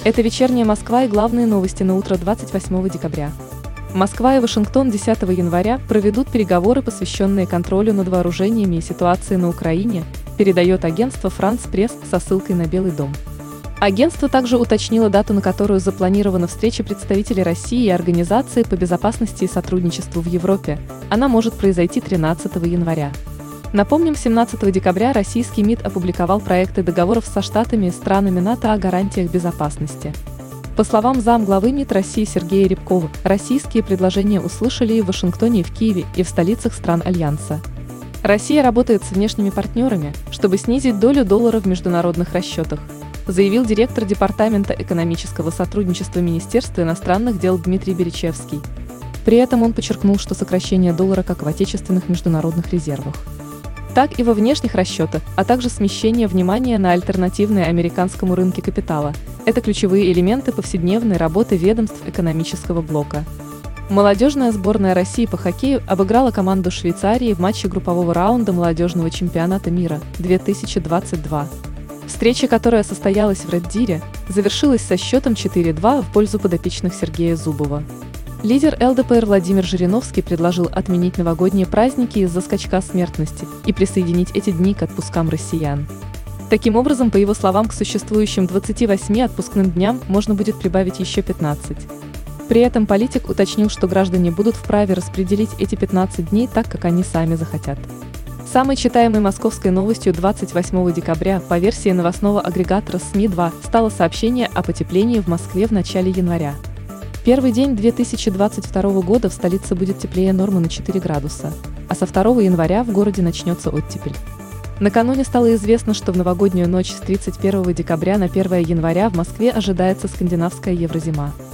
Это «Вечерняя Москва» и главные новости на утро 28 декабря. Москва и Вашингтон 10 января проведут переговоры, посвященные контролю над вооружениями и ситуации на Украине, передает агентство «Франс Пресс» со ссылкой на Белый дом. Агентство также уточнило дату, на которую запланирована встреча представителей России и Организации по безопасности и сотрудничеству в Европе. Она может произойти 13 января. Напомним, 17 декабря российский МИД опубликовал проекты договоров со штатами и странами НАТО о гарантиях безопасности. По словам замглавы МИД России Сергея Рябкова, российские предложения услышали и в Вашингтоне, и в Киеве, и в столицах стран Альянса. Россия работает с внешними партнерами, чтобы снизить долю доллара в международных расчетах, заявил директор Департамента экономического сотрудничества Министерства иностранных дел Дмитрий Беречевский. При этом он подчеркнул, что сокращение доллара как в отечественных международных резервах, так и во внешних расчетах, а также смещение внимания на альтернативные американскому рынке капитала – это ключевые элементы повседневной работы ведомств экономического блока. Молодежная сборная России по хоккею обыграла команду Швейцарии в матче группового раунда молодежного чемпионата мира 2022. Встреча, которая состоялась в Ред-Дире, завершилась со счетом 4-2 в пользу подопечных Сергея Зубова. Лидер ЛДПР Владимир Жириновский предложил отменить новогодние праздники из-за скачка смертности и присоединить эти дни к отпускам россиян. Таким образом, по его словам, к существующим 28 отпускным дням можно будет прибавить еще 15. При этом политик уточнил, что граждане будут вправе распределить эти 15 дней так, как они сами захотят. Самой читаемой московской новостью 28 декабря по версии новостного агрегатора СМИ-2 стало сообщение о потеплении в Москве в начале января. Первый день 2022 года в столице будет теплее нормы на 4 градуса, а со 2 января в городе начнется оттепель. Накануне стало известно, что в новогоднюю ночь с 31 декабря на 1 января в Москве ожидается скандинавская еврозима.